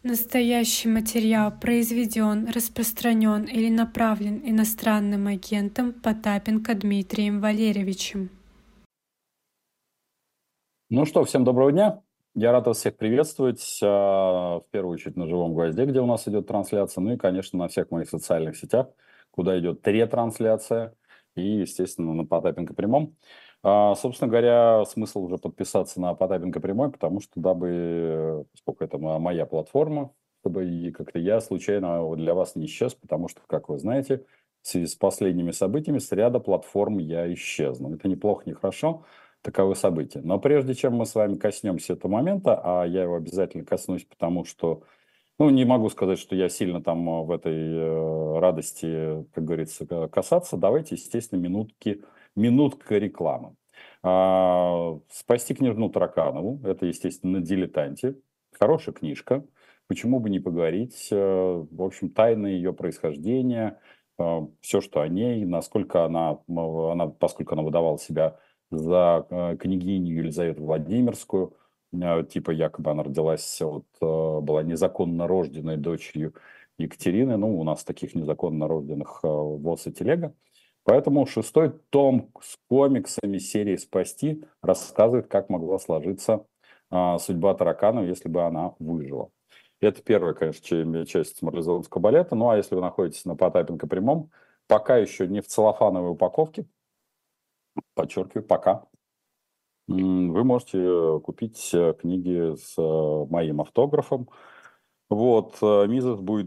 Настоящий материал произведен, распространен или направлен иностранным агентом Потапенко Дмитрием Валерьевичем. Ну что, всем доброго дня. Я рад вас всех приветствовать. В первую очередь на «Живом гвозде», где у нас идет трансляция. Ну и, конечно, на всех моих социальных сетях, куда идет ретрансляция. И, естественно, на Потапенко Прямом. Собственно говоря, смысл уже подписаться на Потапенко Прямой, потому что, поскольку это моя платформа, чтобы и как-то я случайно для вас не исчез, потому что, как вы знаете, в связи с последними событиями с ряда платформ я исчезну. Это неплохо, не хорошо. Таковы события. Но прежде чем мы с вами коснемся этого момента, а я его обязательно коснусь, потому что, не могу сказать, что я сильно там в этой радости, как говорится, касаться, давайте, естественно, минутка рекламы. «Спасти княжну Тараканову», это, естественно, на «Дилетанте», хорошая книжка, почему бы не поговорить, в общем, тайны ее происхождения, все, что о ней, насколько поскольку она выдавала себя за княгиню Елизавету Владимирскую, типа якобы она была незаконно рожденной дочерью Екатерины, у нас таких незаконно рожденных ВОЗ и телега. Поэтому 6-й том с комиксами серии «Спасти» рассказывает, как могла сложиться судьба Тараканова, если бы она выжила. Это первая, конечно, часть марлезонского балета. Ну, а если вы находитесь на Потапенко Прямом, пока еще не в целлофановой упаковке, подчеркиваю, пока, вы можете купить книги с моим автографом. Мизес будет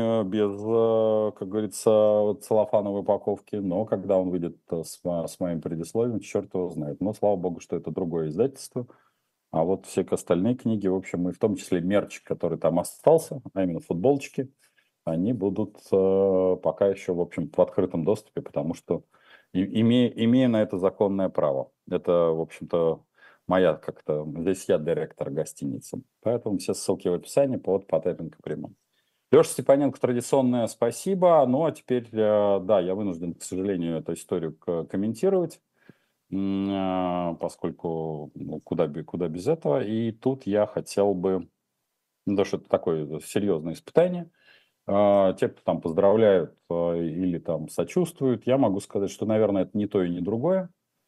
как говорится, целлофановой упаковки, но когда он выйдет с моим предисловием, черт его знает. Но слава богу, что это другое издательство. А вот все остальные книги, в общем, и в том числе мерч, который там остался, а именно футболочки, они будут пока еще, в общем, в открытом доступе, потому что имея на это законное право. Это, в общем-то, здесь я директор гостиницы. Поэтому все ссылки в описании под Потапенко прямым. Леша Степаненко, традиционное спасибо. Ну, а теперь, да, я вынужден, к сожалению, эту историю комментировать, поскольку куда без этого. И тут я хотел бы, потому что это такое серьезное испытание. Те, кто там поздравляют или там сочувствуют, я могу сказать, что, наверное, это не то и не другое.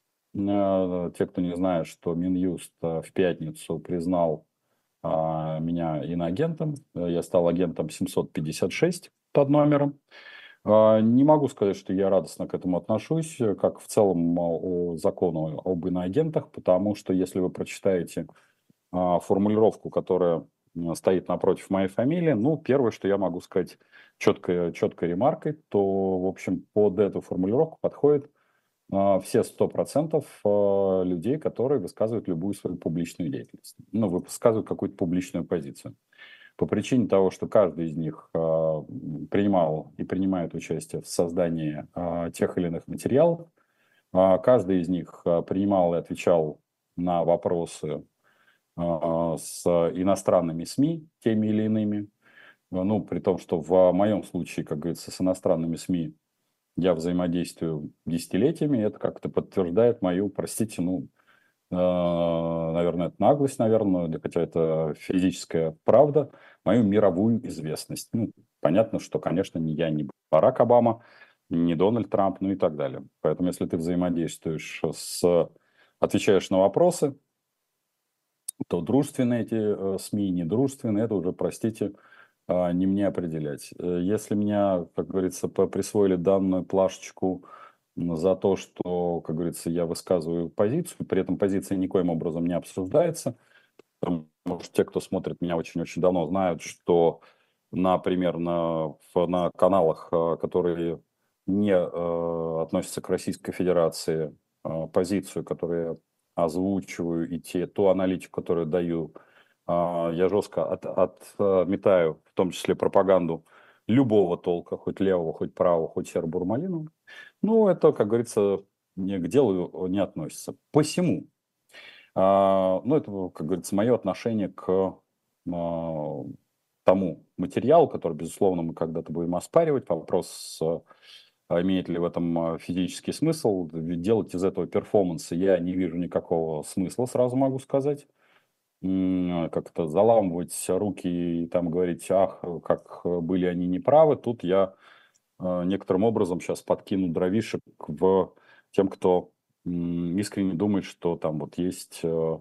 Те, кто не знает, что Минюст в пятницу признал меня иноагентом. Я стал агентом 756 под номером. Не могу сказать, что я радостно к этому отношусь, как в целом о закону об иноагентах, потому что если вы прочитаете формулировку, которая стоит напротив моей фамилии, первое, что я могу сказать четкой ремаркой, то, в общем, под эту формулировку подходит все 100% людей, которые высказывают любую свою публичную деятельность. Высказывают какую-то публичную позицию. По причине того, что каждый из них принимал и принимает участие в создании тех или иных материалов, каждый из них принимал и отвечал на вопросы с иностранными СМИ, теми или иными. При том, что в моем случае, как говорится, с иностранными СМИ я взаимодействую десятилетиями, это как-то подтверждает мою, простите, наверное, это наглость, наверное, или хотя это физическая правда, мою мировую известность. Понятно, что, конечно, не я, не Барак Обама, не Дональд Трамп, и так далее. Поэтому, если ты взаимодействуешь отвечаешь на вопросы, то дружественные эти СМИ, недружественные, это уже, простите, не мне определять. Если меня, как говорится, присвоили данную плашечку за то, что, как говорится, я высказываю позицию, при этом позиция никоим образом не обсуждается, потому что те, кто смотрит меня очень-очень давно, знают, что, например, на каналах, которые не относятся к Российской Федерации, позицию, которую я озвучиваю, и ту аналитику, которую даю, я жестко отметаю, в том числе пропаганду любого толка, хоть левого, хоть правого, хоть серо-бурмалинового. Это, как говорится, к делу не относится. Посему, это, как говорится, мое отношение к тому материалу, который, безусловно, мы когда-то будем оспаривать. Вопрос, имеет ли в этом физический смысл. Делать из этого перформанса я не вижу никакого смысла, сразу могу сказать. как-то заламывать руки и там говорить, ах, как были они неправы, тут я некоторым образом сейчас подкину дровишек в тем, кто искренне думает, что там вот есть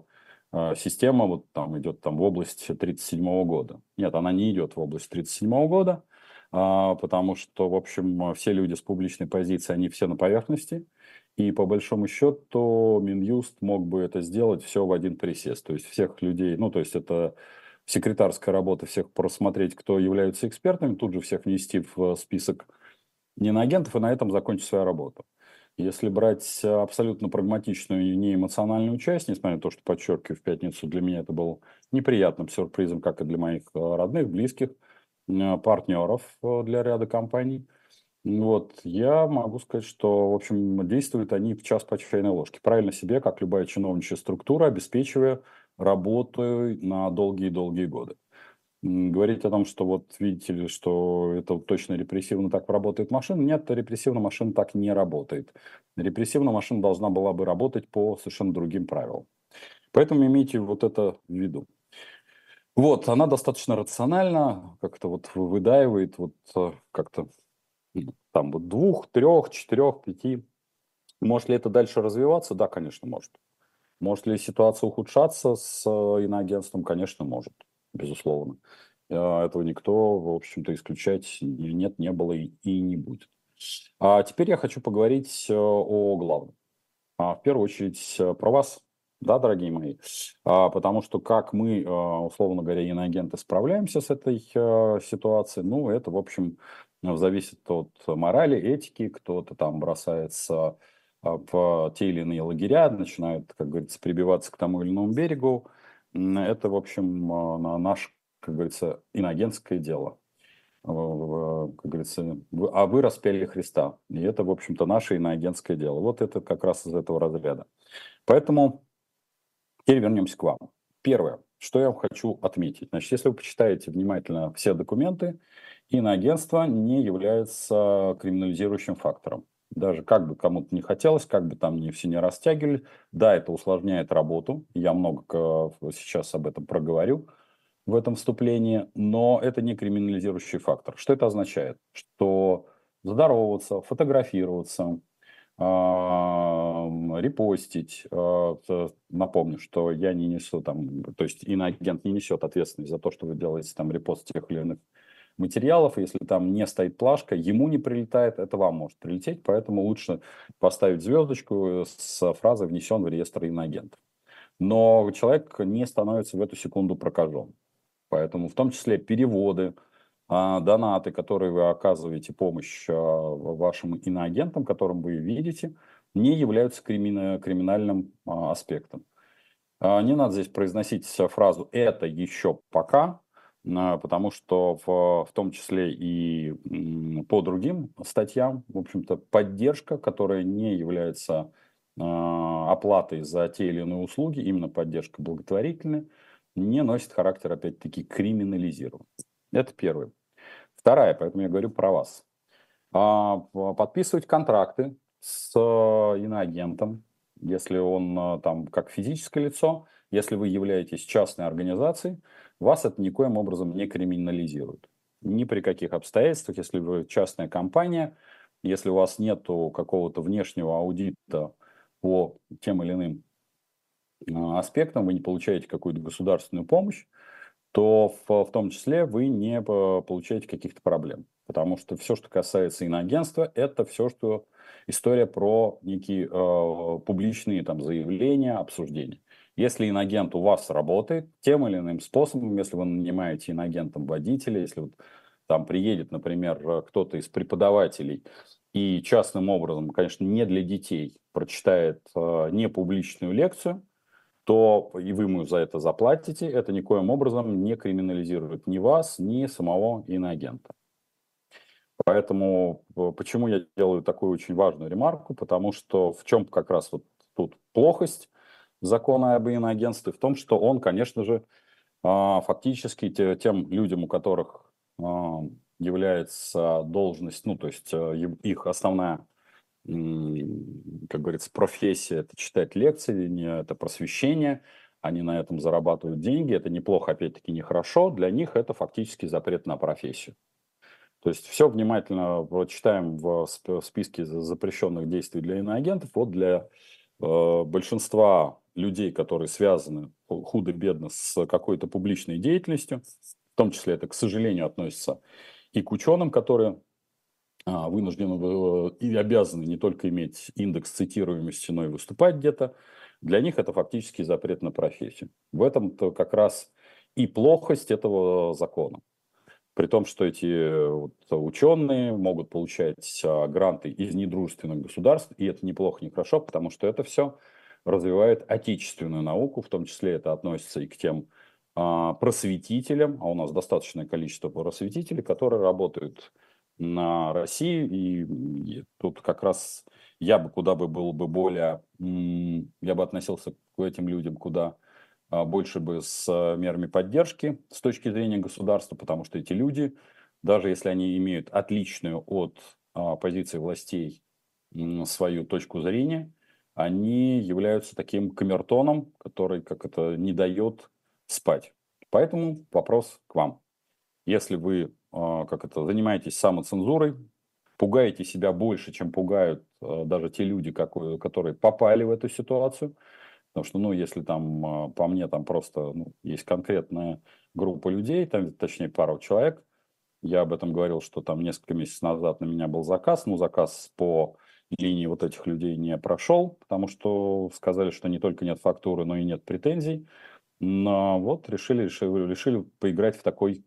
система, вот там идет там в область 1937 года. Нет, она не идет в область 1937 года, потому что, в общем, все люди с публичной позиции, они все на поверхности, и по большому счету Минюст мог бы это сделать все в один присест. То есть всех людей, ну, то есть это секретарская работа, всех просмотреть, кто являются экспертами, тут же всех внести в список неиноагентов и на этом закончить свою работу. Если брать абсолютно прагматичную и неэмоциональную часть, несмотря на то, что, подчеркиваю, в пятницу для меня это был неприятным сюрпризом, как и для моих родных, близких, партнеров для ряда компаний, вот, я могу сказать, что, в общем, действуют они в час по чайной ложке. Правильно себе, как любая чиновничья структура, обеспечивая работу на долгие-долгие годы. Говорить о том, что вот видите ли, что это вот точно репрессивно так работает машина. Нет, репрессивная машина так не работает. Репрессивная машина должна была бы работать по совершенно другим правилам. Поэтому имейте вот это в виду. Вот, она достаточно рационально как-то вот выдаивает вот как-то там вот 2, 3, 4, 5. Может ли это дальше развиваться? Да, конечно, может. Может ли ситуация ухудшаться с иноагентством? Конечно, может, безусловно. Этого никто, в общем-то, исключать нет, не было и не будет. А теперь я хочу поговорить о главном. В первую очередь про вас, да, дорогие мои. Потому что как мы, условно говоря, иноагенты, справляемся с этой ситуацией, ну, это, в общем, зависит от морали, этики. Кто-то там бросается в те или иные лагеря, начинает, как говорится, прибиваться к тому или иному берегу. Это, в общем, наше, как говорится, иноагентское дело. Как говорится, а вы распяли Христа. И это, в общем-то, наше иноагентское дело. Вот это как раз из этого разряда. Поэтому теперь вернемся к вам. Первое, что я вам хочу отметить. Значит, если вы почитаете внимательно все документы, иноагентство не является криминализирующим фактором. Даже как бы кому-то не хотелось, как бы там не все не растягивали. Да, это усложняет работу. Я много сейчас об этом проговорю в этом вступлении, но это не криминализирующий фактор. Что это означает? Что здороваться, фотографироваться, репостить. Напомню, что я не несу там, то есть иноагент не несет ответственность за то, что вы делаете там репост тех или иных материалов. Если там не стоит плашка, ему не прилетает, это вам может прилететь, поэтому лучше поставить звездочку с фразой «внесен в реестр иноагентов». Но человек не становится в эту секунду прокажен. Поэтому в том числе переводы, донаты, которые вы оказываете, помощь вашим иноагентам, которым вы видите, не являются криминальным аспектом. Не надо здесь произносить фразу «это еще пока», потому что в том числе и по другим статьям, в общем-то, поддержка, которая не является оплатой за те или иные услуги, именно поддержка благотворительная, не носит характер, опять-таки, криминализированного. Это первое. Вторая, поэтому я говорю про вас. Подписывать контракты с иноагентом, если он там как физическое лицо, если вы являетесь частной организацией, вас это никоим образом не криминализирует. Ни при каких обстоятельствах, если вы частная компания, если у вас нет какого-то внешнего аудита по тем или иным аспектам, вы не получаете какую-то государственную помощь, то в том числе вы не получаете каких-то проблем. Потому что все, что касается иноагентства, это все, что история про некие публичные там, заявления, обсуждения. Если иноагент у вас работает тем или иным способом, если вы нанимаете иноагентом водителя, если вот там приедет, например, кто-то из преподавателей и частным образом, конечно, не для детей, прочитает непубличную лекцию, то и вы ему за это заплатите, это никоим образом не криминализирует ни вас, ни самого иноагента. Поэтому почему я делаю такую очень важную ремарку, потому что в чем как раз вот тут плохость закона об иноагентстве, в том, что он, конечно же, фактически тем людям, у которых является должность, ну, то есть их основная, как говорится, профессия – это читать лекции, это просвещение, они на этом зарабатывают деньги, это неплохо, опять-таки нехорошо, для них это фактически запрет на профессию. То есть все внимательно вот читаем в списке запрещенных действий для иноагентов. Вот для большинства людей, которые связаны худо-бедно с какой-то публичной деятельностью, в том числе это, к сожалению, относится и к ученым, которые вынуждены и обязаны не только иметь индекс цитируемости, но и выступать где-то. Для них это фактически запрет на профессию. В этом-то как раз и плохость этого закона. При том, что эти вот ученые могут получать гранты из недружественных государств, и это неплохо, не хорошо, потому что это все развивает отечественную науку, в том числе это относится и к тем просветителям, а у нас достаточное количество просветителей, которые работают на России, и тут как раз я бы куда бы был бы более, я бы относился к этим людям куда больше бы с мерами поддержки с точки зрения государства, потому что эти люди, даже если они имеют отличную от позиции властей свою точку зрения, они являются таким камертоном, который, как это, не дает спать. Поэтому вопрос к вам. Если вы, как это, занимаетесь самоцензурой, пугаете себя больше, чем пугают даже те люди, которые попали в эту ситуацию, потому что, ну, если там, по мне, там просто есть конкретная группа людей, там, точнее, пару человек. Я об этом говорил, что там несколько месяцев назад на меня был заказ, но заказ по линии вот этих людей не прошел, потому что сказали, что не только нет фактуры, но и нет претензий. Но вот решили поиграть в такой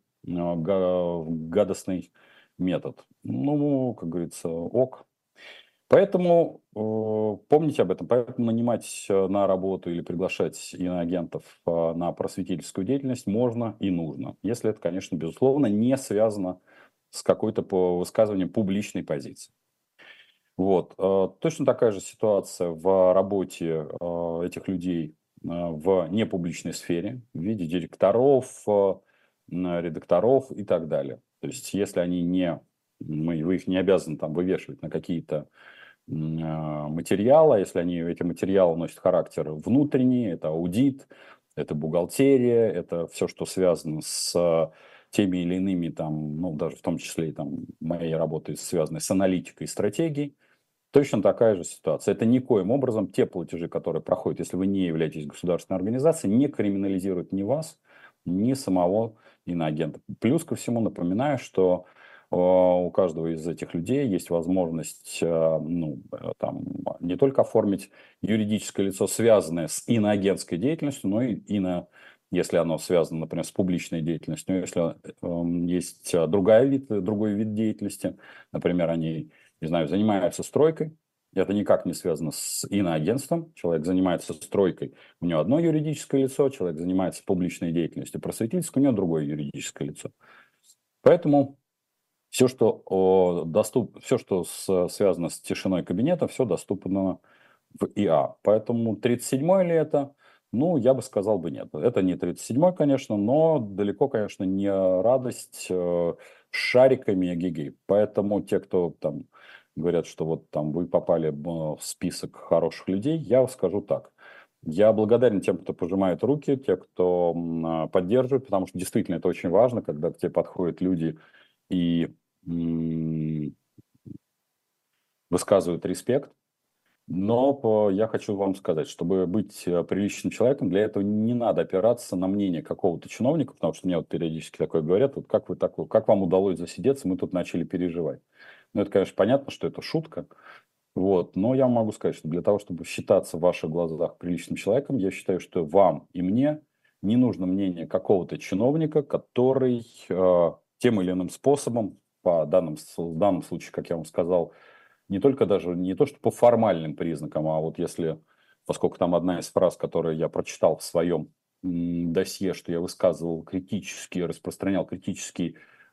гадостный метод. Ну, как говорится, ок. Поэтому помните об этом. Поэтому нанимать на работу или приглашать иноагентов на просветительскую деятельность можно и нужно. Если это, конечно, безусловно, не связано с какой-то по высказыванием публичной позиции. Вот. Точно такая же ситуация в работе этих людей в непубличной сфере в виде директоров, редакторов и так далее. То есть, если они вы их не обязаны там вывешивать на какие-то материалы, если эти материалы носят характер внутренний, это аудит, это бухгалтерия, это все, что связано с теми или иными, там, ну, даже в том числе и там, моей работой, связанной с аналитикой и стратегией, точно такая же ситуация. Это никоим образом те платежи, которые проходят, если вы не являетесь государственной организацией, не криминализируют ни вас, ни самого иноагента. Плюс ко всему напоминаю, что у каждого из этих людей есть возможность там, не только оформить юридическое лицо, связанное с иноагентской деятельностью, но и если оно связано, например, с публичной деятельностью, но если есть другой вид деятельности, например, они, не знаю, занимаются стройкой, это никак не связано с иноагентством, человек занимается стройкой, у него одно юридическое лицо, человек занимается публичной деятельностью, просветительской, у него другое юридическое лицо. Поэтому все, что связано с тишиной кабинета, все доступно в ИА. Поэтому 37-й ли это? Ну, я бы сказал бы нет. Это не 37-й, конечно, но далеко, конечно, не радость с шариками и гигей. Поэтому те, кто там говорят, что вот там вы попали в список хороших людей, я скажу так. Я благодарен тем, кто пожимает руки, те, кто поддерживает, потому что действительно это очень важно, когда к тебе подходят люди и высказывают респект. Но я хочу вам сказать, чтобы быть приличным человеком, для этого не надо опираться на мнение какого-то чиновника, потому что мне вот периодически такое говорят, вот как вам удалось засидеться, мы тут начали переживать. Ну, это, конечно, понятно, что это шутка, вот, но я могу сказать, что для того, чтобы считаться в ваших глазах приличным человеком, я считаю, что вам и мне не нужно мнение какого-то чиновника, который тем или иным способом, в данном случае, как я вам сказал, не только даже, не то что по формальным признакам, а вот если, поскольку там одна из фраз, которую я прочитал в своем досье, что я высказывал критические, распространял критические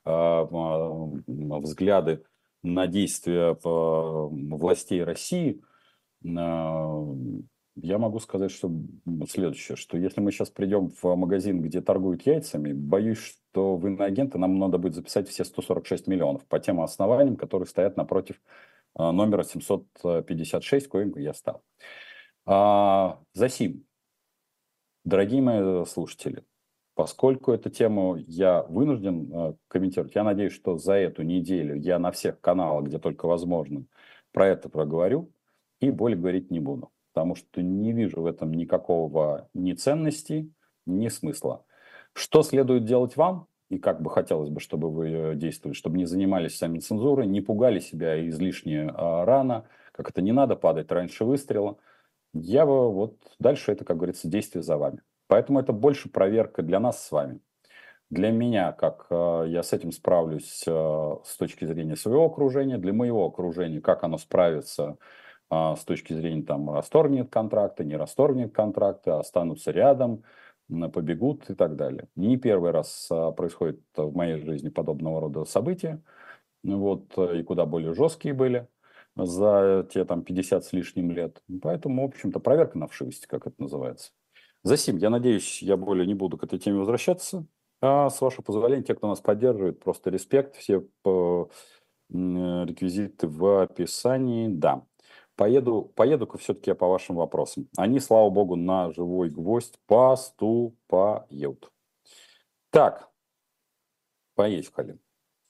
взгляды на действия властей России, я могу сказать, что следующее, что если мы сейчас придем в магазин, где торгуют яйцами, боюсь, что в иноагенты нам надо будет записать все 146 миллионов по тем основаниям, которые стоят напротив номера 756, коим я стал. Засим. Дорогие мои слушатели, поскольку эту тему я вынужден комментировать, я надеюсь, что за эту неделю я на всех каналах, где только возможно, про это проговорю и более говорить не буду. Потому что не вижу в этом никакого ни ценности, ни смысла. Что следует делать вам, и как бы хотелось бы, чтобы вы действовали, чтобы не занимались сами цензурой, не пугали себя излишне рано, как это не надо падать раньше выстрела. Я бы вот дальше это, как говорится, действие за вами. Поэтому это больше проверка для нас с вами. Для меня, как я с этим справлюсь с точки зрения своего окружения, для моего окружения, как оно справится с точки зрения там расторгнет контракта, не расторгнет контракта, останутся рядом, побегут и так далее. Не первый раз происходит в моей жизни подобного рода события, вот, и куда более жесткие были за те там 50 с лишним лет. Поэтому, в общем-то, проверка на вшивость, как это называется. Засим, я надеюсь, я более не буду к этой теме возвращаться. А с вашего позволения, те, кто нас поддерживает, просто респект. Все реквизиты в описании. Да. Поеду-ка все-таки я по вашим вопросам. Они, слава богу, на живой гвоздь поступают. Так, поехали.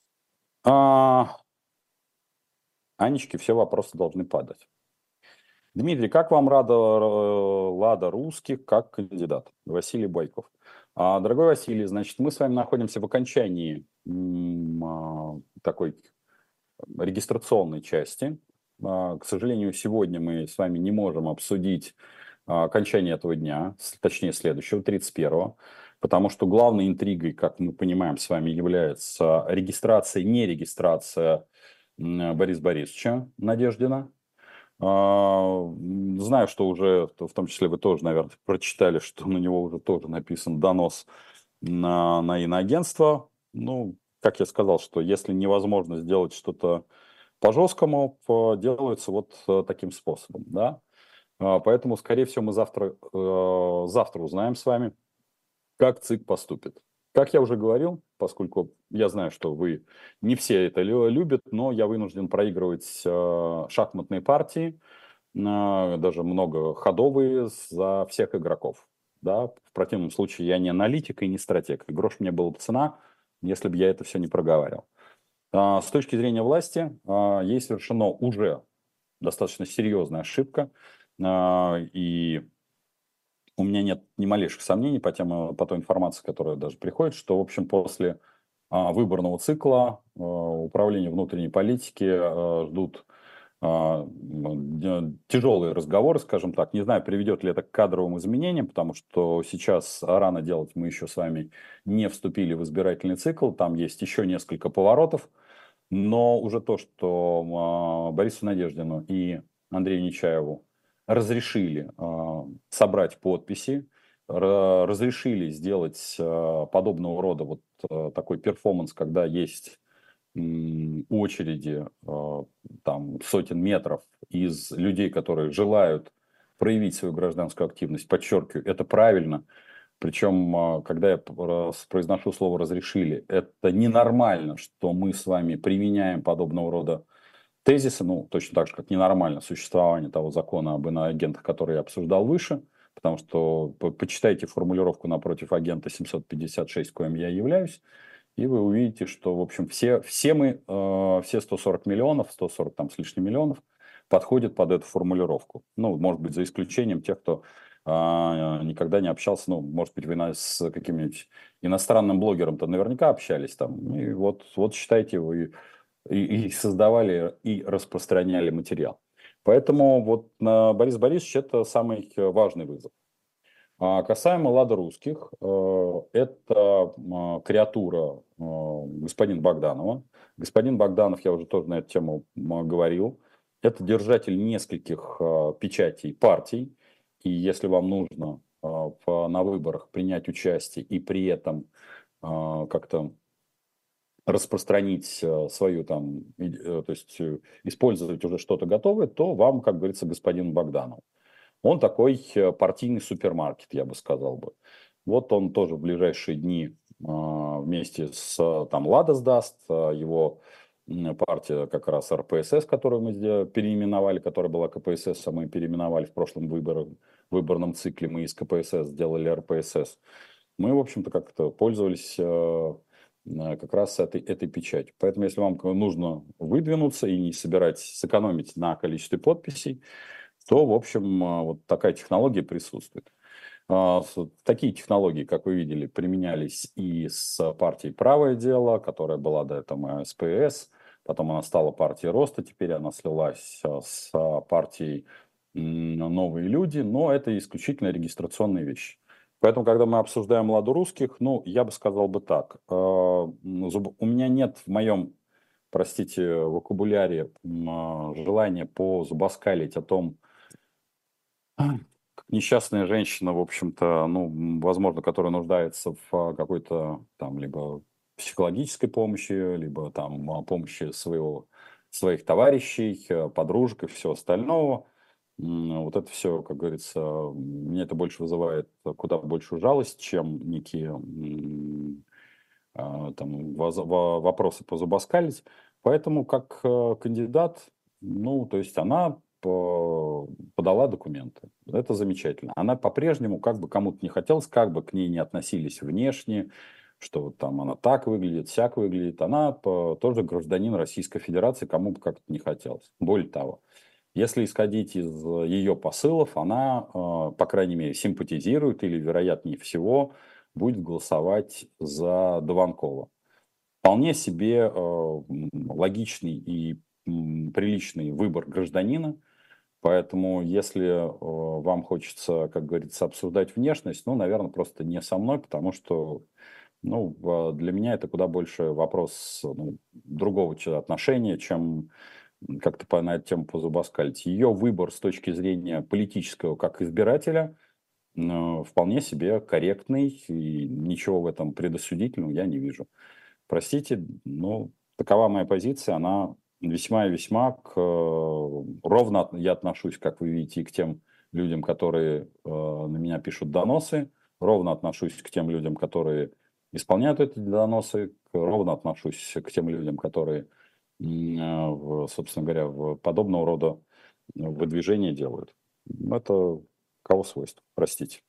Анечке все вопросы должны падать. Дмитрий, как вам Лада Русских как кандидат? Василий Бойков. Дорогой Василий, значит, мы с вами находимся в окончании такой регистрационной части. К сожалению, сегодня мы с вами не можем обсудить окончание этого дня, точнее следующего, 31-го, потому что главной интригой, как мы понимаем с вами, является регистрация, не регистрация Бориса Борисовича Надеждина. Знаю, что уже, в том числе вы тоже, наверное, прочитали, что на него уже тоже написан донос на иноагентство. Ну, как я сказал, что если невозможно сделать что-то по-жесткому, делается вот таким способом, да. Поэтому, скорее всего, мы завтра узнаем с вами, как ЦИК поступит. Как я уже говорил, поскольку я знаю, что вы не все это любят, но я вынужден проигрывать шахматные партии, даже многоходовые за всех игроков. Да? В противном случае я не аналитик и не стратег. И грош мне была бы цена, если бы я это все не проговаривал. С точки зрения власти, ей совершена уже достаточно серьезная ошибка. И у меня нет ни малейших сомнений по той информации, которая даже приходит, что, в общем, после выборного цикла управление внутренней политики ждут тяжелые разговоры, скажем так. Не знаю, приведет ли это к кадровым изменениям, потому что сейчас рано делать, мы еще с вами не вступили в избирательный цикл, там есть еще несколько поворотов, но уже то, что Борису Надеждину и Андрею Нечаеву разрешили собрать подписи, разрешили сделать подобного рода вот такой перформанс, когда есть очереди там сотен метров из людей, которые желают проявить свою гражданскую активность. Подчеркиваю, это правильно. Причем, когда я произношу слово «разрешили», это ненормально, что мы с вами применяем подобного рода тезисы, ну, точно так же, как ненормально существование того закона об иноагентах, который я обсуждал выше, потому что почитайте формулировку напротив агента 756, коим я являюсь, и вы увидите, что, в общем, все мы, все 140 миллионов, 140 там с лишним миллионов подходят под эту формулировку. Ну, может быть, за исключением тех, кто никогда не общался, ну, может быть, вы с каким-нибудь иностранным блогером-то наверняка общались там, и вот считайте, вы и создавали, и распространяли материал. Поэтому вот Борис Борисович – это самый важный вызов. Касаемо Лада Русских, это креатура господина Богданова. Господин Богданов, я уже тоже на эту тему говорил, это держатель нескольких печатей партий. И если вам нужно на выборах принять участие и при этом как-то распространить свою там, то есть использовать уже что-то готовое, то вам, как говорится, господин Богданов. Он такой партийный супермаркет, я бы сказал бы. Вот он тоже в ближайшие дни вместе с там Лада сдаст, его партия как раз РПСС, которую мы переименовали, которая была КПСС, а мы переименовали в прошлом выборном цикле мы из КПСС сделали РПСС, мы, в общем-то, как-то пользовались как раз этой печатью. Поэтому, если вам нужно выдвинуться и не собирать, сэкономить на количестве подписей, то, в общем, вот такая технология присутствует. Такие технологии, как вы видели, применялись и с партией «Правое дело», которая была до этого СПС, потом она стала партией Роста, теперь она слилась с партией «Новые люди», но это исключительно регистрационные вещи. Поэтому, когда мы обсуждаем младорусских, ну, я бы сказал бы так. У меня нет в моем, простите, вокабуляре желания позубоскалить о том, как несчастная женщина, в общем-то, ну, возможно, которая нуждается в какой-то там либо психологической помощи, либо там помощи своих товарищей, подружек и всего остального. Вот это все, как говорится, мне это больше вызывает куда большую жалость, чем некие там вопросы позубоскалить. Поэтому как кандидат, ну, то есть она подала документы. Это замечательно. Она по-прежнему, как бы кому-то не хотелось, как бы к ней не относились внешне, что вот там она так выглядит, сяк выглядит, она тоже гражданин Российской Федерации, кому бы как-то не хотелось. Более того, если исходить из ее посылов, она, по крайней мере, симпатизирует или, вероятнее всего, будет голосовать за Дованкова. Вполне себе логичный и приличный выбор гражданина. Поэтому, если вам хочется, как говорится, обсуждать внешность, ну, наверное, просто не со мной, потому что, ну, для меня это куда больше вопрос другого отношения, чем как-то на эту тему позубоскалить. Ее выбор с точки зрения политического как избирателя вполне себе корректный, и ничего в этом предосудительного я не вижу. Простите, но такова моя позиция, она весьма и весьма ровно я отношусь, как вы видите, и к тем людям, которые на меня пишут доносы, ровно отношусь к тем людям, которые исполняют эти доносы, ровно отношусь к тем людям, которые, собственно говоря, в подобного рода выдвижения делают. Это кого свойство, простите.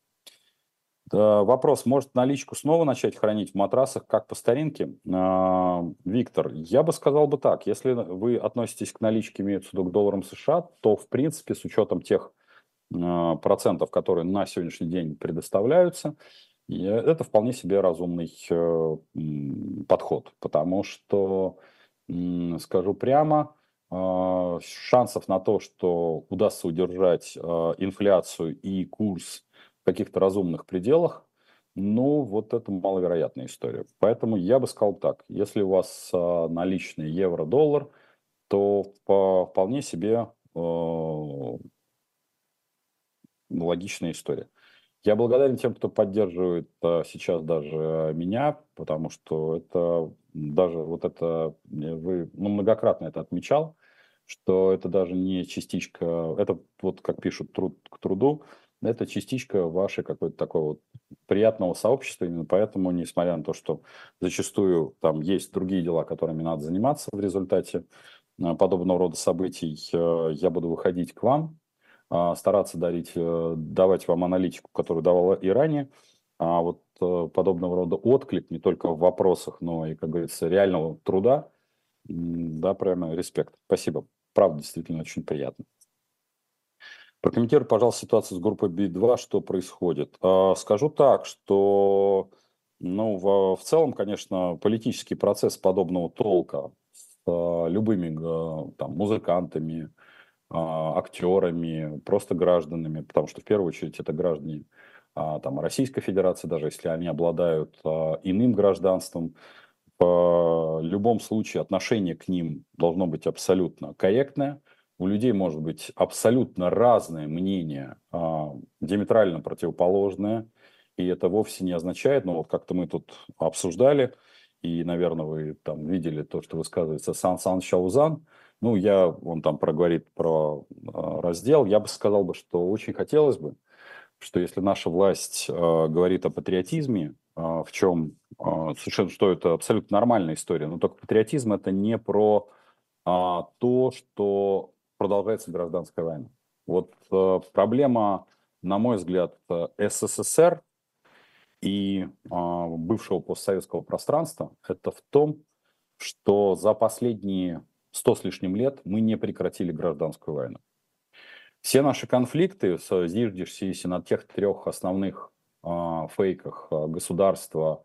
Вопрос, может наличку снова начать хранить в матрасах, как по старинке? Виктор, я бы сказал бы так, если вы относитесь к наличке, имеется в виду к долларам США, то в принципе с учетом тех процентов, которые на сегодняшний день предоставляются, это вполне себе разумный подход, потому что, скажу прямо, шансов на то, что удастся удержать инфляцию и курс в каких-то разумных пределах, ну, вот это маловероятная история. Поэтому я бы сказал так, если у вас наличный евро-доллар, то вполне себе логичная история. Я благодарен тем, кто поддерживает сейчас даже меня, потому что это даже вот это, вы многократно это отмечал, что это даже не частичка, это вот как пишут труд к труду, это частичка вашей какой-то такой вот приятного сообщества, именно поэтому, несмотря на то, что зачастую там есть другие дела, которыми надо заниматься в результате подобного рода событий, я буду выходить к вам, стараться давать вам аналитику, которую давала и ранее, а вот подобного рода отклик не только в вопросах, но и, как говорится, реального труда, да, прямо респект. Спасибо. Правда, действительно очень приятно. Прокомментируй, пожалуйста, ситуацию с группой B2, что происходит. Скажу так, что ну, в целом, конечно, политический процесс подобного толка с любыми там, музыкантами, актерами, просто гражданами, потому что в первую очередь это граждане там, Российской Федерации, даже если они обладают иным гражданством, в любом случае отношение к ним должно быть абсолютно корректное. У людей может быть абсолютно разное мнение, диаметрально противоположное, и это вовсе не означает, ну вот как-то мы тут обсуждали, и, наверное, вы там видели то, что высказывается Сан Саныч Аузан. Ну, он там проговорит про раздел. Я бы сказал, что очень хотелось бы, что если наша власть говорит о патриотизме, в чем совершенно, что это абсолютно нормальная история, но только патриотизм это не про то, что продолжается гражданская война. Вот проблема на мой взгляд, СССР и бывшего постсоветского пространства, это в том, что за последние 100 с лишним лет мы не прекратили гражданскую войну. Все наши конфликты, зиждущиеся на тех трех основных фейках: государство,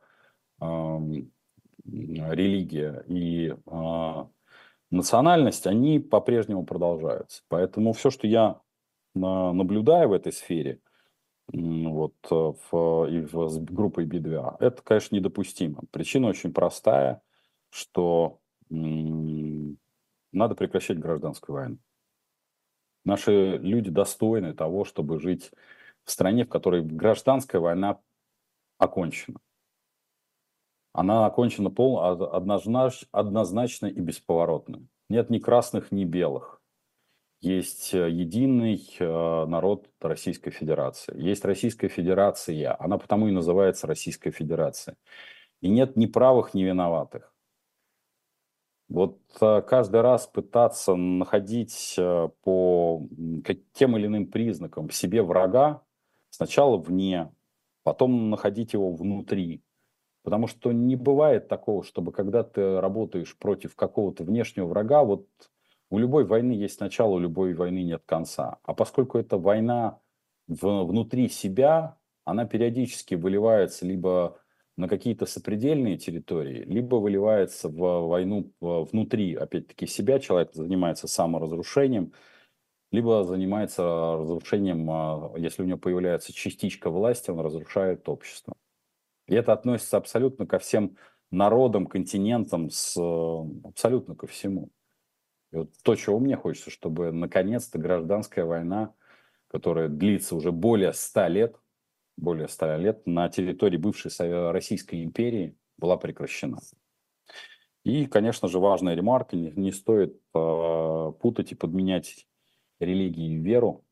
религия и национальность, они по-прежнему продолжаются. Поэтому все, что я наблюдаю в этой сфере, вот, с группой B2A, это, конечно, недопустимо. Причина очень простая, что надо прекращать гражданскую войну. Наши люди достойны того, чтобы жить в стране, в которой гражданская война окончена. Она окончена однозначно и бесповоротно. Нет ни красных, ни белых. Есть единый народ Российской Федерации. Есть Российская Федерация, она потому и называется Российская Федерация. И нет ни правых, ни виноватых. Вот каждый раз пытаться находить по тем или иным признакам в себе врага, сначала вне, потом находить его внутри. Потому что не бывает такого, чтобы когда ты работаешь против какого-то внешнего врага, вот у любой войны есть начало, у любой войны нет конца. А поскольку это война внутри себя, она периодически выливается либо на какие-то сопредельные территории, либо выливается в войну внутри, опять-таки, себя. Человек занимается саморазрушением, либо занимается разрушением, если у него появляется частичка власти, он разрушает общество. И это относится абсолютно ко всем народам, континентам, абсолютно ко всему. И вот то, чего мне хочется, чтобы наконец-то гражданская война, которая длится уже более 100 лет на территории бывшей Российской империи, была прекращена. И, конечно же, важная ремарка: не стоит путать и подменять религию и веру,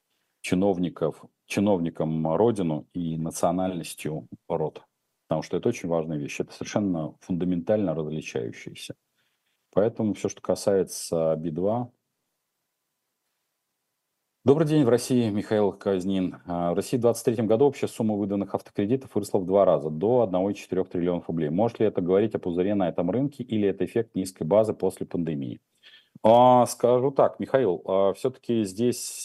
чиновникам родину и национальностью род. Потому что это очень важная вещь. Это совершенно фундаментально различающиеся. Поэтому все, что касается Би-2. Добрый день, в России Михаил Казнин. В России в 2023 году общая сумма выданных автокредитов выросла в 2 раза, до 1,4 триллионов рублей. Может ли это говорить о пузыре на этом рынке или это эффект низкой базы после пандемии? Скажу так, Михаил, все-таки здесь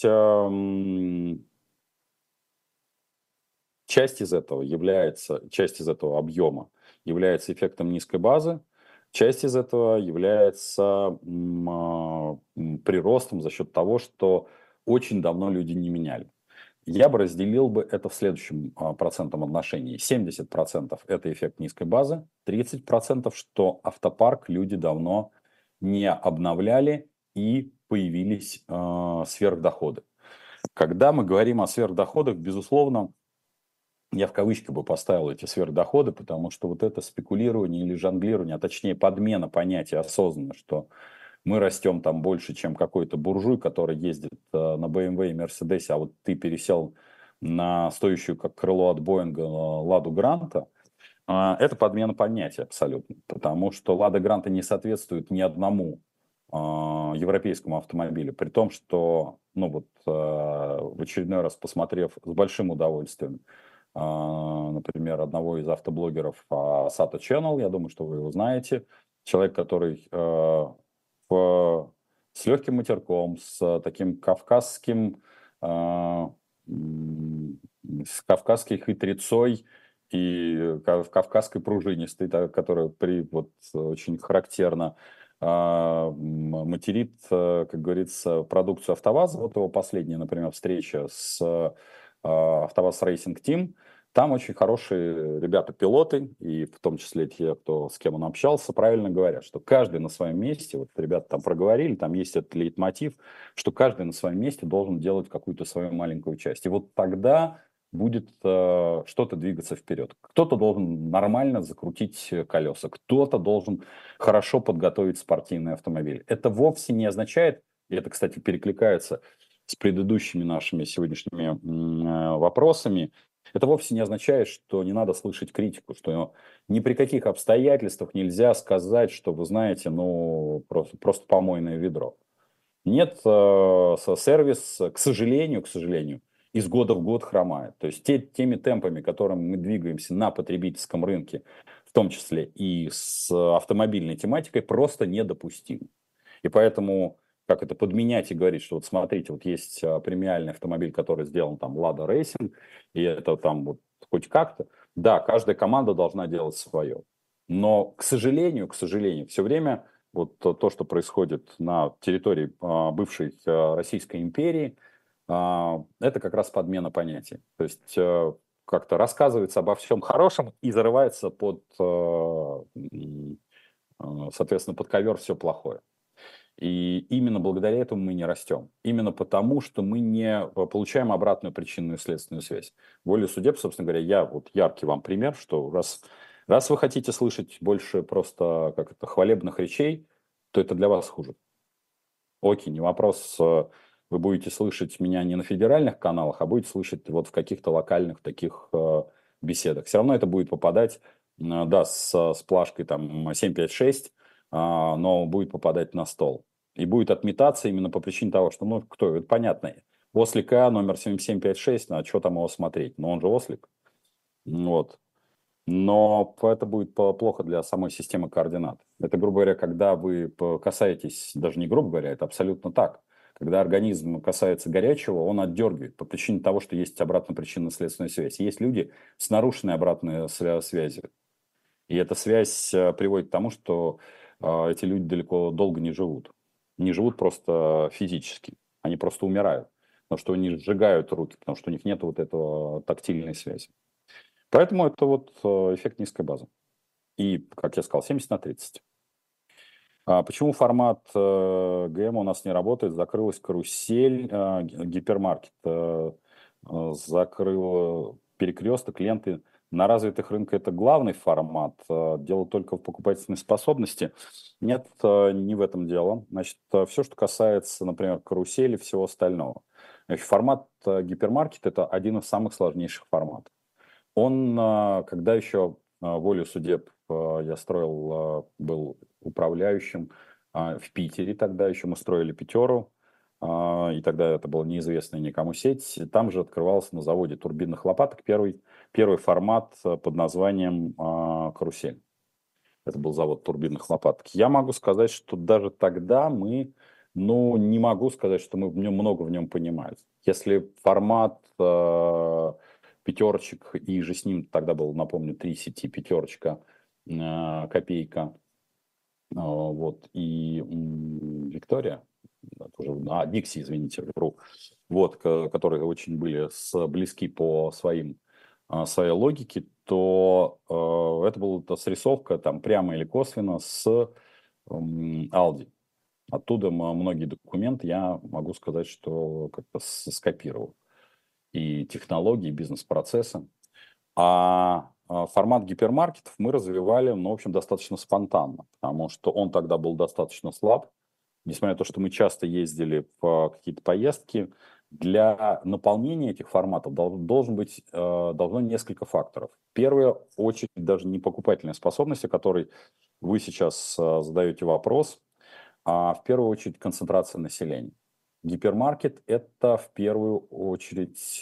часть из этого объема является эффектом низкой базы, часть из этого является приростом за счет того, что очень давно люди не меняли. Я бы разделил это в следующем процентном отношении. 70% это эффект низкой базы, 30% что автопарк люди давно не обновляли и появились сверхдоходы. Когда мы говорим о сверхдоходах, безусловно, я в кавычки бы поставил эти сверхдоходы, потому что вот это спекулирование или жонглирование, а точнее подмена понятия осознанно, что мы растем там больше, чем какой-то буржуй, который ездит на BMW и Mercedes, а вот ты пересел на стоящую как крыло от Боинга Ладу Гранта, это подмена понятия абсолютно, потому что Лада Гранта не соответствует ни одному европейскому автомобилю, при том, что, в очередной раз посмотрев с большим удовольствием, например, одного из автоблогеров Sato Channel, я думаю, что вы его знаете, человек, который с легким матерком, с таким с кавказской хитрецой и кавказской пружинистой, которая очень характерно материт, как говорится, продукцию АвтоВАЗа. Вот его последняя, например, встреча с АвтоВАЗ Racing Team. Там очень хорошие ребята-пилоты, и в том числе те, с кем он общался, правильно говорят, что каждый на своем месте, вот ребята там проговорили, там есть этот лейтмотив, что каждый на своем месте должен делать какую-то свою маленькую часть. И вот тогда будет что-то двигаться вперед. Кто-то должен нормально закрутить колеса, кто-то должен хорошо подготовить спортивный автомобиль. Это вовсе не означает, и это, кстати, перекликается с предыдущими нашими сегодняшними вопросами, это вовсе не означает, что не надо слышать критику, что ни при каких обстоятельствах нельзя сказать, что, вы знаете, просто помойное ведро. Нет, сервис, к сожалению, из года в год хромает. То есть теми темпами, которыми мы двигаемся на потребительском рынке, в том числе и с автомобильной тематикой, просто недопустим. И поэтому, как это подменять и говорить, что вот смотрите, вот есть премиальный автомобиль, который сделан там Lada Racing, и это там вот хоть как-то. Да, каждая команда должна делать свое. Но, к сожалению, все время вот то, что происходит на территории бывшей Российской империи, это как раз подмена понятий. То есть как-то рассказывается обо всем хорошем и зарывается соответственно, под ковер все плохое. И именно благодаря этому мы не растем. Именно потому, что мы не получаем обратную причинную и следственную связь. Волей судеб, собственно говоря, я вот яркий вам пример, что раз вы хотите слышать больше просто как это, хвалебных речей, то это для вас хуже. Окей, не вопрос, вы будете слышать меня не на федеральных каналах, а будете слышать вот в каких-то локальных таких беседах. Все равно это будет попадать, да, с плашкой там 756, но будет попадать на стол. И будет отметаться именно по причине того, что, ну, кто, это понятно. Ослик А номер 7756, а что там его смотреть? Ну, он же ослик. Вот. Но это будет плохо для самой системы координат. Это, грубо говоря, когда вы касаетесь, даже не грубо говоря, это абсолютно так. Когда организм касается горячего, он отдергивает по причине того, что есть обратная причинно-следственная связь. Есть люди с нарушенной обратной связью. И эта связь приводит к тому, что эти люди долго не живут. Не живут просто физически. Они просто умирают. Потому что они сжигают руки, потому что у них нет вот этого тактильной связи. Поэтому это вот эффект низкой базы. И, как я сказал, 70/30. Почему формат ГМ у нас не работает? Закрылась карусель, гипермаркет закрыл перекресток, ленты. На развитых рынках это главный формат. Дело только в покупательной способности. Нет, не в этом дело. Значит, все, что касается, например, карусели и всего остального. Значит, формат гипермаркет – это один из самых сложнейших форматов. Он, когда еще волю судеб я строил, был управляющим в Питере, тогда еще мы строили «Пятеру», и тогда это была неизвестная никому сеть. Там же открывался на заводе турбинных лопаток первый формат под названием «Карусель». Это был завод турбинных лопаток. Я могу сказать, что даже тогда мы, ну, не могу сказать, что мы много в нем понимали. Если формат пятерочек, и же с ним тогда был, напомню, 3 сети, пятерочка, копейка, вот, и Виктория, Дикси, извините, вру, вот, которые очень были близки по своей логике, то это была срисовка там прямо или косвенно с Aldi. Оттуда многие документы я могу сказать, что как-то скопировал. И технологии, и бизнес-процессы. Формат гипермаркетов мы развивали, ну, в общем, достаточно спонтанно, потому что он тогда был достаточно слаб. Несмотря на то, что мы часто ездили в какие-то поездки, для наполнения этих форматов должно несколько факторов. Первое, очередь даже не покупательная способность, о которой вы сейчас задаете вопрос, а в первую очередь концентрация населения. Гипермаркет – это в первую очередь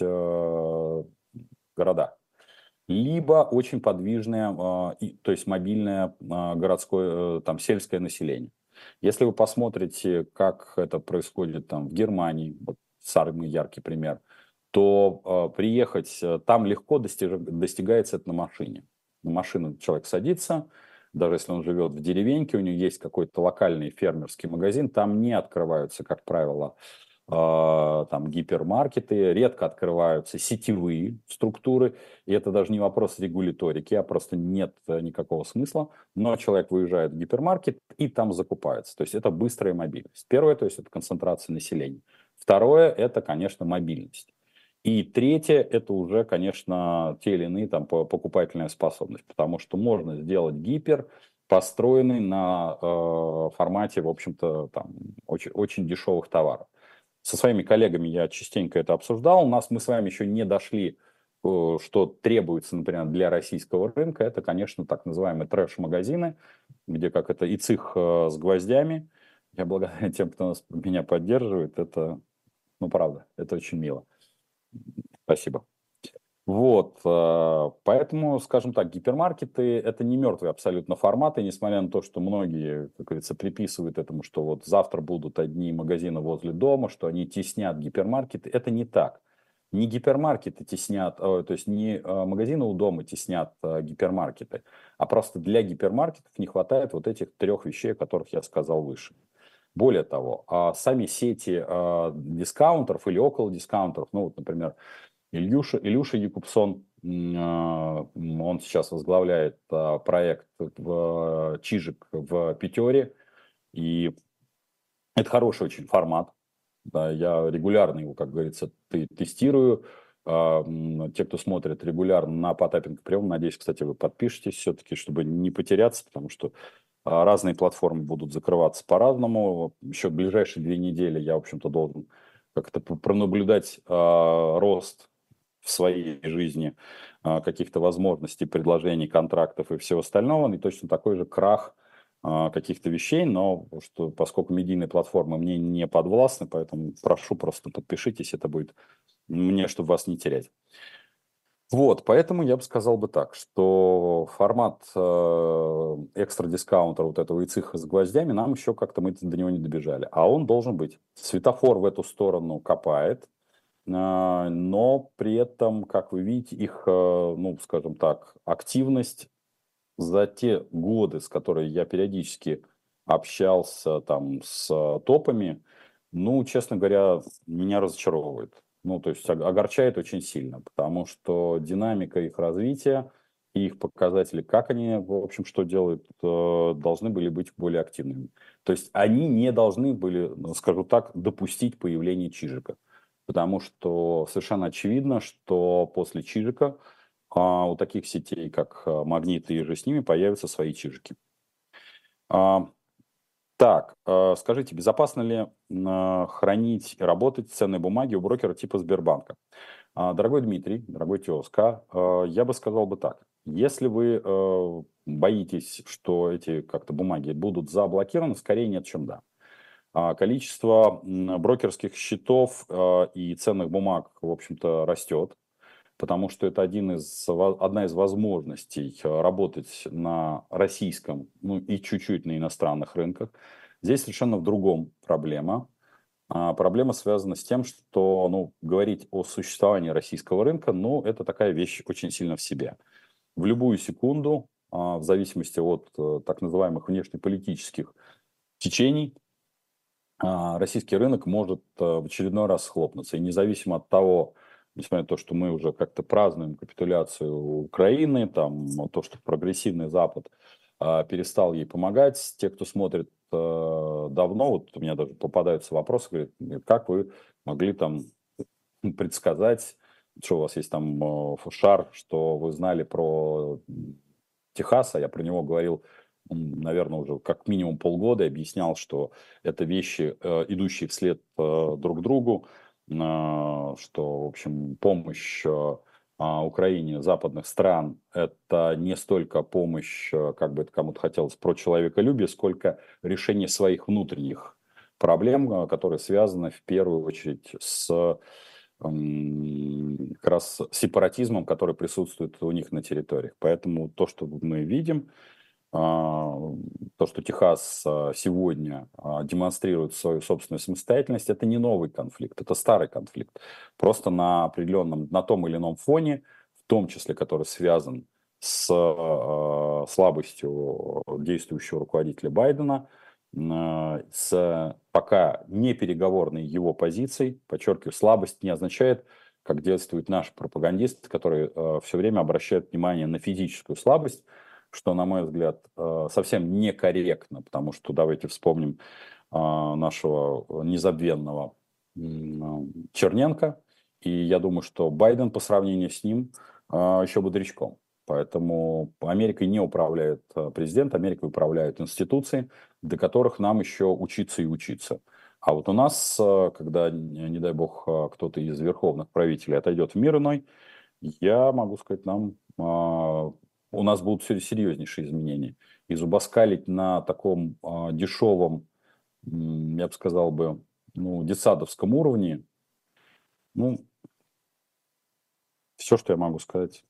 города. Либо очень подвижное, то есть мобильное городское, там, сельское население. Если вы посмотрите, как это происходит там, в Германии, вот самый яркий пример, то приехать там легко достигается это на машине. На машину человек садится, даже если он живет в деревеньке, у него есть какой-то локальный фермерский магазин, там не открываются, как правило, там гипермаркеты, редко открываются сетевые структуры, и это даже не вопрос регуляторики, а просто нет никакого смысла, но человек выезжает в гипермаркет и там закупается, то есть это быстрая мобильность. Первое, то есть это концентрация населения. Второе, это, конечно, мобильность. И третье, это уже, конечно, те или иные там покупательная способность, потому что можно сделать гипер, построенный на формате, в общем-то, там, очень, очень дешевых товаров. Со своими коллегами я частенько это обсуждал. Мы с вами еще не дошли, что требуется, например, для российского рынка. Это, конечно, так называемые трэш-магазины, где как это и цих с гвоздями. Я благодарен тем, кто меня поддерживает. Это, ну, правда, это очень мило. Спасибо. Вот, поэтому, скажем так, гипермаркеты – это не мертвые абсолютно форматы, несмотря на то, что многие, как говорится, приписывают этому, что вот завтра будут одни магазины возле дома, что они теснят гипермаркеты. Это не так. Не гипермаркеты теснят, то есть не магазины у дома теснят гипермаркеты, а просто для гипермаркетов не хватает вот этих трех вещей, о которых я сказал выше. Более того, сами сети дискаунтеров или около дискаунтеров, ну вот, например, Илюша Якубсон, он сейчас возглавляет проект в Чижик в Пятере, и это хороший очень формат. Да, я регулярно его, как говорится, тестирую. Те, кто смотрит регулярно на Потапенко Прием, надеюсь, кстати, вы подпишетесь все-таки, чтобы не потеряться, потому что разные платформы будут закрываться по-разному. Еще в ближайшие 2 недели я, в общем-то, должен как-то пронаблюдать рост в своей жизни каких-то возможностей, предложений, контрактов и всего остального, и точно такой же крах каких-то вещей, но что, поскольку медийные платформы мне не подвластны, поэтому прошу, просто подпишитесь, это будет мне, чтобы вас не терять. Вот, поэтому я бы сказал бы так, что формат экстра дискаунтера вот этого ИЦИХа с гвоздями, нам еще как-то мы до него не добежали. А он должен быть. Светофор в эту сторону копает, но при этом, как вы видите, их, ну, скажем так, активность за те годы, с которыми я периодически общался там с топами, ну, честно говоря, меня разочаровывает. Ну, то есть огорчает очень сильно, потому что динамика их развития и их показатели, как они, в общем, что делают, должны были быть более активными. То есть они не должны были, ну, скажу так, допустить появление Чижика. Потому что совершенно очевидно, что после Чижика у таких сетей, как Магнит и же с ними, появятся свои чижики. А, Так, скажите, безопасно ли хранить и работать ценные бумаги у брокера типа Сбербанка? Дорогой Дмитрий, дорогой тезка, я бы сказал бы так. Если вы боитесь, что эти как-то бумаги будут заблокированы, скорее нет, чем да. Количество брокерских счетов и ценных бумаг, в общем-то, растет, потому что это одна из возможностей работать на российском, ну и чуть-чуть на иностранных рынках. Здесь совершенно в другом проблема. Проблема связана с тем, что, ну, говорить о существовании российского рынка, ну, это такая вещь очень сильно в себе. В любую секунду, в зависимости от так называемых внешнеполитических течений, российский рынок может в очередной раз схлопнуться. И независимо от того, несмотря на то, что мы уже как-то празднуем капитуляцию Украины, там, то, что прогрессивный Запад перестал ей помогать, те, кто смотрит давно, вот у меня даже попадаются вопросы, говорят, как вы могли там предсказать, что у вас есть там шар, что вы знали про Техаса, я про него говорил, наверное, уже как минимум полгода, и объяснял, что это вещи, идущие вслед друг другу, что, в общем, помощь Украине западных стран – это не столько помощь, как бы это кому-то хотелось, про человеколюбие, сколько решение своих внутренних проблем, которые связаны в первую очередь с как раз сепаратизмом, который присутствует у них на территориях. Поэтому то, что мы видим, то, что Техас сегодня демонстрирует свою собственную самостоятельность, это не новый конфликт, это старый конфликт. Просто на определенном, на том или ином фоне, в том числе, который связан с слабостью действующего руководителя Байдена, с пока не переговорной его позицией, подчеркиваю, слабость не означает, как действуют наши пропагандисты, которые все время обращают внимание на физическую слабость, что, на мой взгляд, совсем некорректно, потому что давайте вспомним нашего незабвенного Черненко, и я думаю, что Байден по сравнению с ним еще бодрячком. Поэтому Америкой не управляет президент, Америкой управляют институции, до которых нам еще учиться и учиться. А вот у нас, когда, не дай бог, кто-то из верховных правителей отойдет в мир иной, я могу сказать, у нас будут все серьезнейшие изменения. И зубоскалить на таком дешевом, я бы сказал бы, ну, детсадовском уровне, ну, Все, что я могу сказать.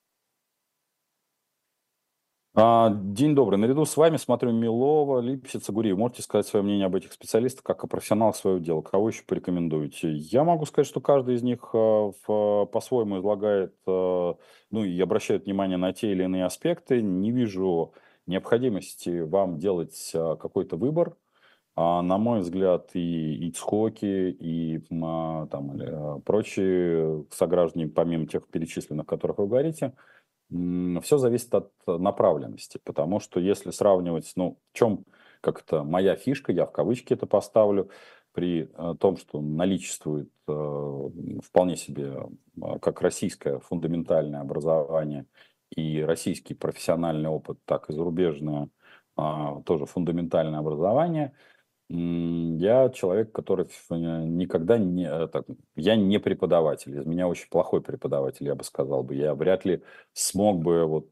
День добрый. Наряду с вами смотрю Милова, Липсица, Гуриев. Можете сказать свое мнение об этих специалистах, как о профессионалах своего дела? Кого еще порекомендуете? Я могу сказать, что каждый из них по-своему излагает, ну и обращает внимание на те или иные аспекты. Не вижу необходимости вам делать какой-то выбор. На мой взгляд, и Ицхоки, и там, прочие сограждане, помимо тех перечисленных, о которых вы говорите, все зависит от направленности, потому что если сравнивать, ну, в чем, как это, моя фишка, я в кавычки это поставлю, при том, что наличествует вполне себе как российское фундаментальное образование и российский профессиональный опыт, так и зарубежное тоже фундаментальное образование, я человек, который никогда не... я не преподаватель. Из меня очень плохой преподаватель, я бы сказал бы. Я вряд ли смог бы вот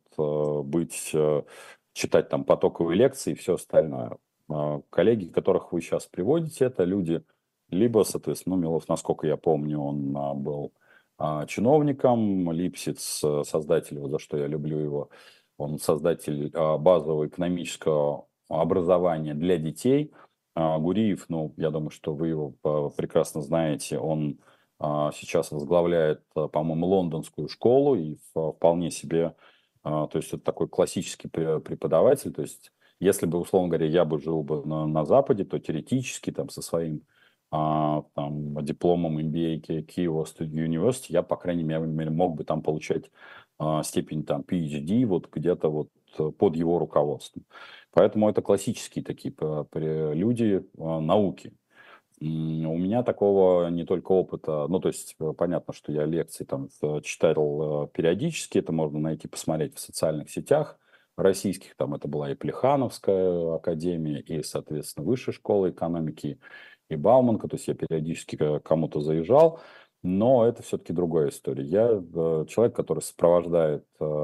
читать там потоковые лекции и все остальное. Коллеги, которых вы сейчас приводите, это люди, либо, соответственно, ну, Милов, насколько я помню, он был чиновником, Липсиц, создатель, вот за что я люблю его, он создатель базового экономического образования для детей. Гуриев, ну, я думаю, что вы его прекрасно знаете, он сейчас возглавляет, по-моему, лондонскую школу и вполне себе, то есть это такой классический преподаватель, то есть если бы, условно говоря, я бы жил бы на Западе, то теоретически там со своим там, дипломом MBA Kyiv State University я, по крайней мере, мог бы там получать степень там PhD вот где-то вот под его руководством. Поэтому это классические такие люди науки. У меня такого не только опыта, ну, то есть понятно, что я лекции там читал периодически, это можно найти, посмотреть в социальных сетях российских, там это была и Плехановская академия, и, соответственно, Высшая школа экономики, и Бауманка, то есть я периодически к кому-то заезжал, но это все-таки другая история. Я человек, который сопровождает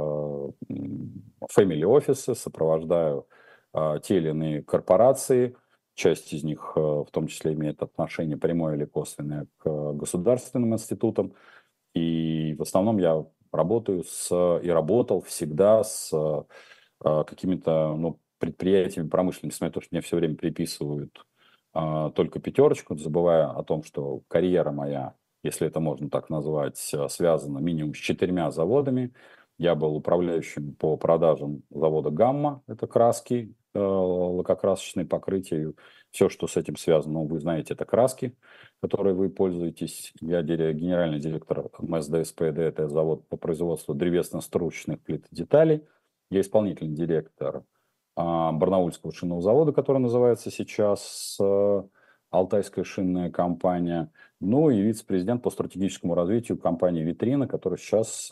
family офисы, сопровождаю те или иные корпорации. Часть из них в том числе имеет отношение прямое или косвенное к государственным институтам. И в основном я работаю и работал всегда с какими-то ну, предприятиями промышленными, несмотря на то, что мне все время приписывают только пятерочку, забывая о том, что карьера моя, если это можно так назвать, связана минимум с 4 заводами. Я был управляющим по продажам завода «Гамма», это краски, лакокрасочные покрытия, все, что с этим связано. Ну, вы знаете, это краски, которые вы пользуетесь. Я генеральный директор МСД-СПД, это завод по производству древесно-стручных плит и деталей. Я исполнительный директор Барнаульского шинного завода, который называется сейчас Алтайская шинная компания. Ну и вице-президент по стратегическому развитию компании «Витрина», которая сейчас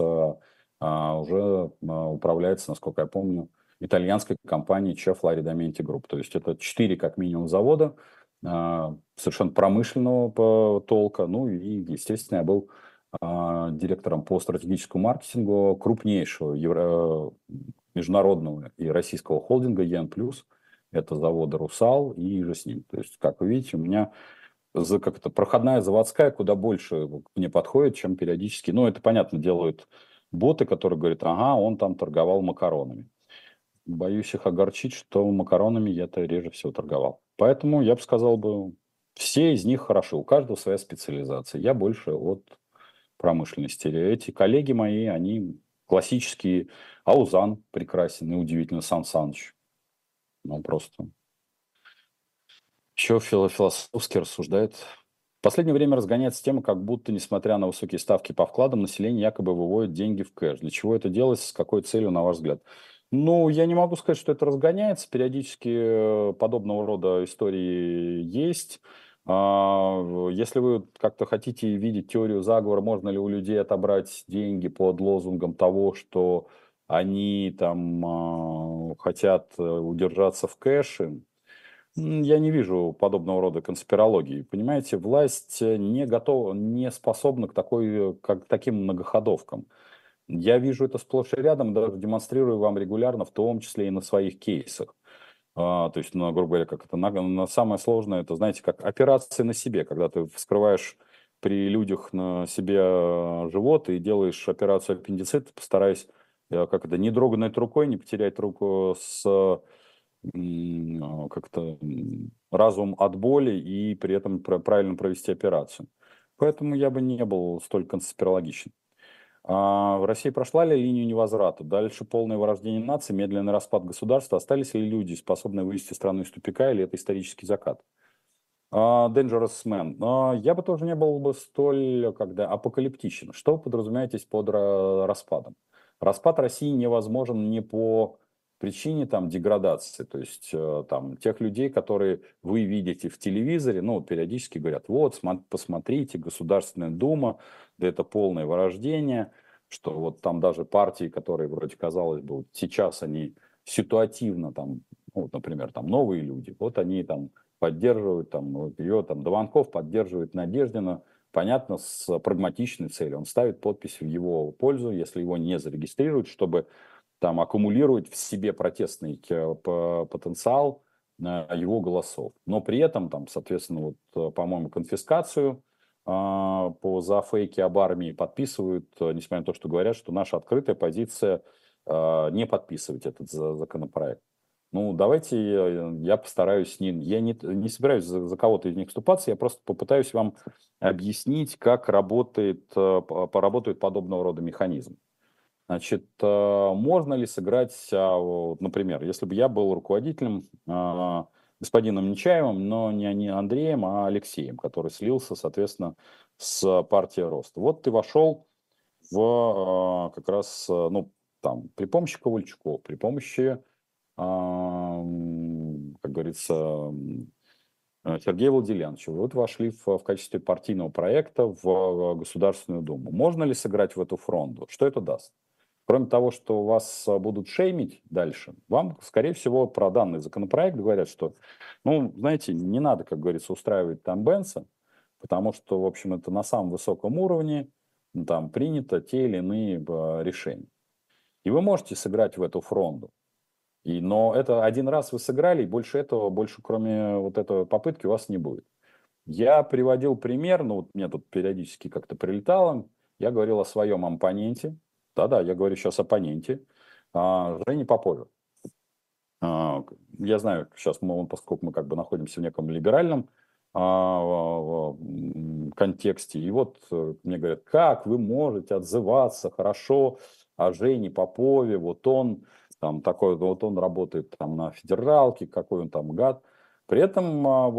уже управляется, насколько я помню, итальянской компанией Чеф Ларидаменти Групп. То есть это 4 как минимум завода совершенно промышленного толка. Ну и, естественно, я был директором по стратегическому маркетингу крупнейшего международного и российского холдинга ЕН+. Это заводы «Русал» и же с ним. То есть, как вы видите, у меня как это, проходная заводская куда больше мне подходит, чем периодически. Ну, это, понятно, делают боты, которые говорят, ага, он там торговал макаронами. Боюсь их огорчить, что макаронами я-то реже всего торговал. Поэтому я бы сказал бы, все из них хороши, у каждого своя специализация. Я больше от промышленности. Эти коллеги мои, они классические. Аузан прекрасен и удивительно, Сан Саныч. Ну, просто еще философски рассуждает. В последнее время разгоняется тема, как будто, несмотря на высокие ставки по вкладам, население якобы выводит деньги в кэш. Для чего это делается, с какой целью, на ваш взгляд? Ну, я не могу сказать, что это разгоняется. Периодически подобного рода истории есть. Если вы как-то хотите видеть теорию заговора, можно ли у людей отобрать деньги под лозунгом того, что они там хотят удержаться в кэше, я не вижу подобного рода конспирологии. Понимаете, власть не готова, не способна к к таким многоходовкам. Я вижу это сплошь и рядом, даже демонстрирую вам регулярно, в том числе и на своих кейсах. То есть, ну, грубо говоря, как это самое сложное, это, знаете, как операция на себе, когда ты вскрываешь при людях на себе живот и делаешь операцию аппендицита, постараясь как это, не дрогнуть рукой, не потерять руку с как-то разум от боли и при этом правильно провести операцию. Поэтому я бы не был столь конспирологичен. В России прошла ли линию невозврата? Дальше полное вырождение нации, медленный распад государства. Остались ли люди, способные вывести страну из тупика, или это исторический закат? Dangerous Man. Я бы тоже не был бы столь когда апокалиптичен. Что вы подразумеваете под распадом? Распад России невозможен не по причине там деградации, то есть там тех людей, которые вы видите в телевизоре, ну, периодически говорят, вот, посмотрите, Государственная Дума, да это полное вырождение, что вот там даже партии, которые вроде казалось бы, вот сейчас они ситуативно там, ну, вот, например, там новые люди, вот они там поддерживают, там, вот ее там Дованков поддерживает Надеждина, понятно, с прагматичной целью. Он ставит подпись в его пользу, если его не зарегистрируют, чтобы там аккумулировать в себе протестный потенциал его голосов. Но при этом, там, соответственно, вот, по-моему, конфискацию за фейки об армии подписывают, несмотря на то, что говорят, что наша открытая позиция не подписывать этот законопроект. Ну, давайте я постараюсь, я не собираюсь за кого-то из них вступаться, я просто попытаюсь вам объяснить, как поработает подобного рода механизм. Значит, можно ли сыграть, вот, например, если бы я был руководителем, господином Нечаевым, но не Андреем, а Алексеем, который слился, соответственно, с партией Роста. Вот ты вошел как раз, ну, там, при помощи Ковальчуков, при помощи как говорится, Сергея Владимировича. Вот вошли в качестве партийного проекта в Государственную Думу. Можно ли сыграть в эту фронту? Что это даст? Кроме того, что вас будут шеймить дальше, вам, скорее всего, про данный законопроект говорят, что, ну, знаете, не надо, как говорится, устраивать там Бенса, потому что, в общем, это на самом высоком уровне, там принято те или иные решения. И вы можете сыграть в эту фронту. Но это один раз вы сыграли, и больше этого, больше кроме вот этой попытки у вас не будет. Я приводил пример, ну вот мне тут периодически как-то прилетало, я говорил о своем оппоненте, да-да, я говорю сейчас о оппоненте, Жене Попове. Я знаю, сейчас поскольку мы как бы находимся в неком либеральном контексте, и вот мне говорят, как вы можете отзываться хорошо о Жене Попове, вот он там такой, вот он работает там на федералке, какой он там гад. При этом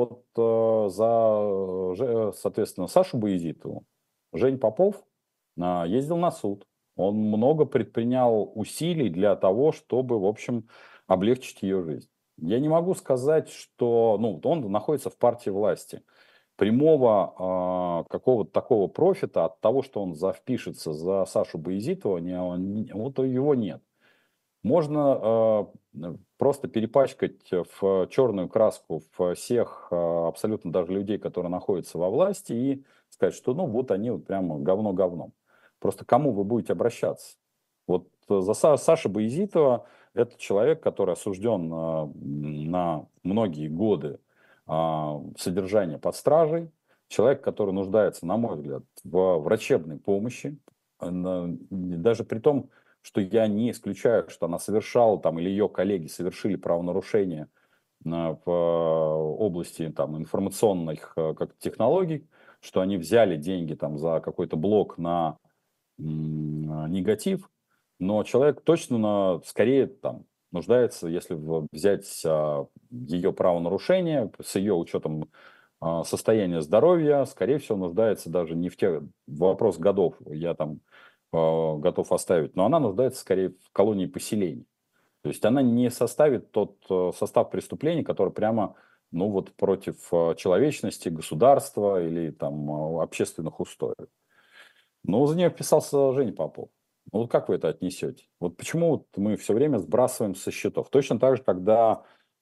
соответственно, Сашу Боязитову Жень Попов ездил на суд. Он много предпринял усилий для того, чтобы, в общем, облегчить ее жизнь. Я не могу сказать, что он находится в партии власти. Прямого какого-то такого профита от того, что он впишется за Сашу Боязитова, вот его нет. Можно просто перепачкать в черную краску всех абсолютно даже людей, которые находятся во власти, и сказать, что вот они вот прямо говно говном. Просто кому вы будете обращаться? Вот за Саша Боязитова это человек, который осужден на многие годы содержания под стражей, человек, который нуждается, на мой взгляд, в врачебной помощи, даже при том, что я не исключаю, что она совершала там или ее коллеги совершили правонарушение в области там информационных как технологий, что они взяли деньги там за какой-то блок на негатив, но человек точно скорее там нуждается, если взять ее правонарушение с ее учетом состояния здоровья, скорее всего, нуждается даже не в тех вопрос годов, я там готов оставить, но она нуждается скорее в колонии поселений. То есть она не составит тот состав преступлений, который прямо против человечности, государства или там общественных устоев. Но за нее вписался Женя Попов. Вот как вы это отнесете? Вот почему мы все время сбрасываем со счетов? Точно так же, когда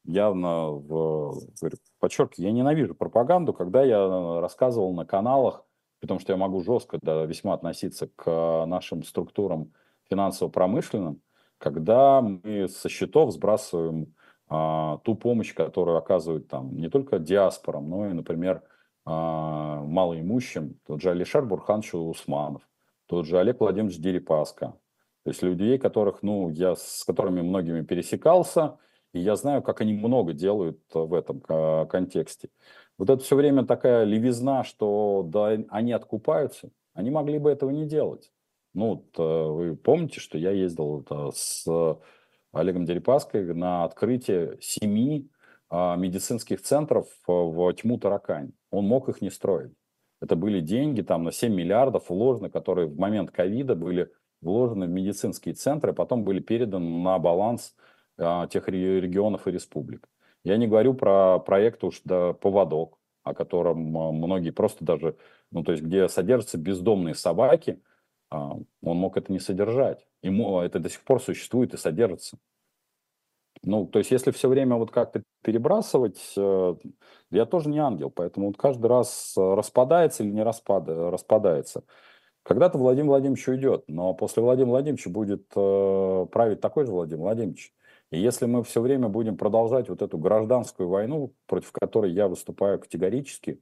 подчеркиваю, я ненавижу пропаганду, когда я рассказывал на каналах, потому что я могу жестко весьма относиться к нашим структурам финансово-промышленным, когда мы со счетов сбрасываем ту помощь, которую оказывают там не только диаспорам, но и, например, малоимущим, тот же Алишер Бурханович Усманов, тот же Олег Владимирович Дерипаска. То есть людей, которых, ну, я с которыми многими пересекался, и я знаю, как они много делают в этом контексте. Вот это все время такая левизна, что да, они откупаются, они могли бы этого не делать. Ну, вот, вы помните, что я ездил с Олегом Дерипаской на открытие 7 медицинских центров в тьму таракань. Он мог их не строить. Это были деньги там на 7 миллиардов вложены, которые в момент ковида были вложены в медицинские центры, потом были переданы на баланс тех регионов и республик. Я не говорю про проект уж да, «Поводок», о котором многие просто даже, ну то есть где содержатся бездомные собаки, он мог это не содержать. Ему это до сих пор существует и содержится. Ну, то есть, если все время вот как-то перебрасывать, я тоже не ангел, поэтому вот каждый раз распадается или не распадается. Когда-то Владимир Владимирович уйдет, но после Владимира Владимировича будет править такой же Владимир Владимирович. И если мы все время будем продолжать вот эту гражданскую войну, против которой я выступаю категорически,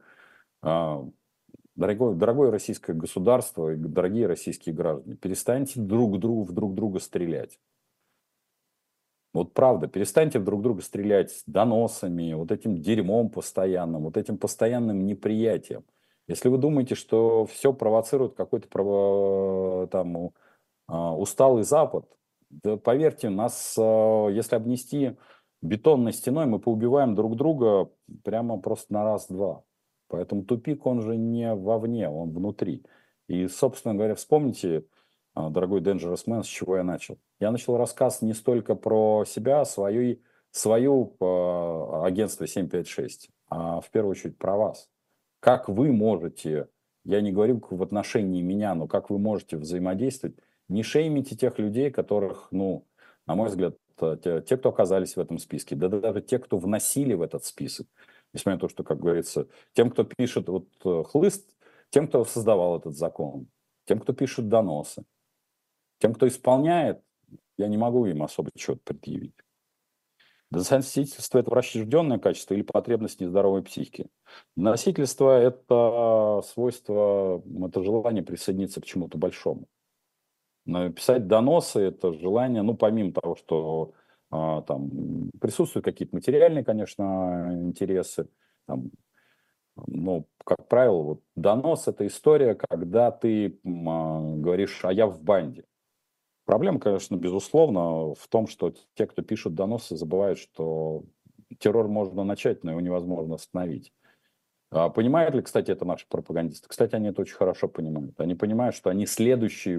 дорогое российское государство и дорогие российские граждане, перестаньте друг друга стрелять. Вот правда, перестаньте друг друга стрелять доносами, вот этим дерьмом постоянным, вот этим постоянным неприятием. Если вы думаете, что все провоцирует какой-то там усталый Запад, да поверьте, нас, если обнести бетонной стеной, мы поубиваем друг друга прямо просто на раз-два. Поэтому тупик, он же не вовне, он внутри. И, собственно говоря, вспомните, дорогой Dangerous Man, с чего я начал. Я начал рассказ не столько про себя, свою агентство 756, а в первую очередь про вас. Как вы можете, я не говорю в отношении меня, но как вы можете взаимодействовать, не шеймите тех людей, которых, ну, на мой взгляд, те, кто оказались в этом списке, да даже те, кто вносили в этот список, несмотря на то, что, как говорится, тем, кто пишет вот хлыст, тем, кто создавал этот закон, тем, кто пишет доносы, тем, кто исполняет, я не могу им особо чего-то предъявить. Доносительство – это врожденное качество или потребность нездоровой психики. Носительство – это свойство, это желание присоединиться к чему-то большому. Писать доносы – это желание, ну, помимо того, что там присутствуют какие-то материальные, конечно, интересы, там, но, как правило, вот донос – это история, когда ты говоришь, а я в банде. Проблема, конечно, безусловно, в том, что те, кто пишут доносы, забывают, что террор можно начать, но его невозможно остановить. Понимают ли, кстати, это наши пропагандисты? Кстати, они это очень хорошо понимают. Они понимают, что они следующие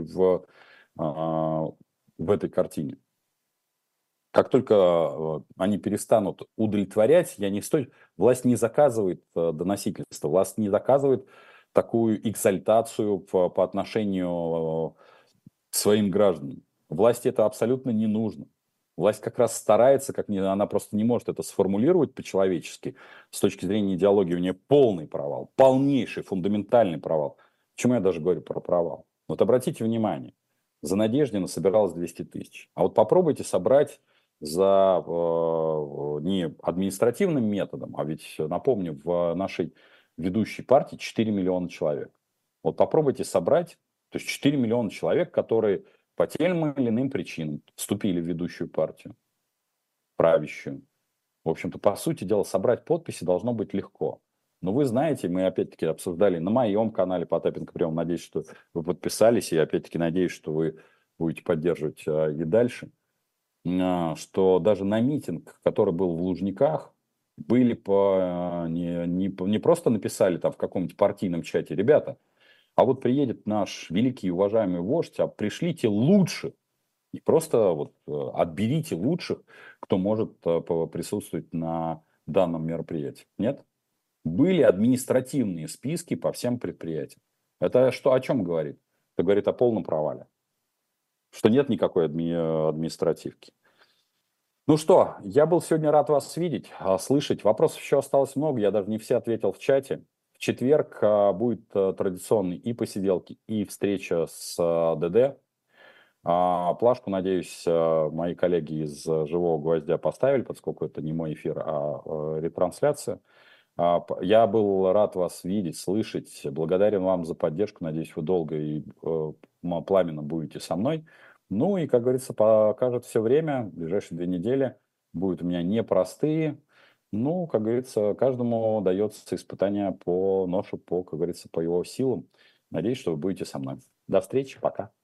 в этой картине. Как только они перестанут удовлетворять, власть не заказывает доносительство, власть не заказывает такую экзальтацию по отношению к своим гражданам. Власти это абсолютно не нужно. Власть как раз старается, она просто не может это сформулировать по-человечески. С точки зрения идеологии у нее полный провал, полнейший, фундаментальный провал. Почему я даже говорю про провал? Вот обратите внимание, за Надеждина собиралось 200 тысяч. А вот попробуйте собрать за не административным методом, а ведь, напомню, в нашей ведущей партии 4 миллиона человек. Вот попробуйте собрать, то есть 4 миллиона человек, которые по тем или иным причинам вступили в ведущую партию, правящую. В общем-то, по сути дела, собрать подписи должно быть легко. Но вы знаете, мы опять-таки обсуждали на моем канале Потапенко Прием. Надеюсь, что вы подписались, и опять-таки надеюсь, что вы будете поддерживать и дальше. Что даже на митинг, который был в Лужниках, были не просто написали там в каком-нибудь партийном чате, ребята, а вот приедет наш великий и уважаемый вождь, а пришлите лучше. И просто вот отберите лучших, кто может присутствовать на данном мероприятии. Нет? Были административные списки по всем предприятиям. Это что, о чем говорит? Это говорит о полном провале. Что нет никакой административки. Ну что, я был сегодня рад вас видеть, слышать. Вопросов еще осталось много, я даже не все ответил в чате. В четверг будет традиционный и посиделки, и встреча с ДД. Плашку, надеюсь, мои коллеги из «Живого гвоздя» поставили, поскольку это не мой эфир, а ретрансляция. Я был рад вас видеть, слышать. Благодарен вам за поддержку. Надеюсь, вы долго и пламенно будете со мной. Ну и, как говорится, покажет все время. Ближайшие 2 недели будут у меня непростые. Ну, как говорится, каждому дается испытание по ношу, по, как говорится, по его силам. Надеюсь, что вы будете со мной. До встречи, пока.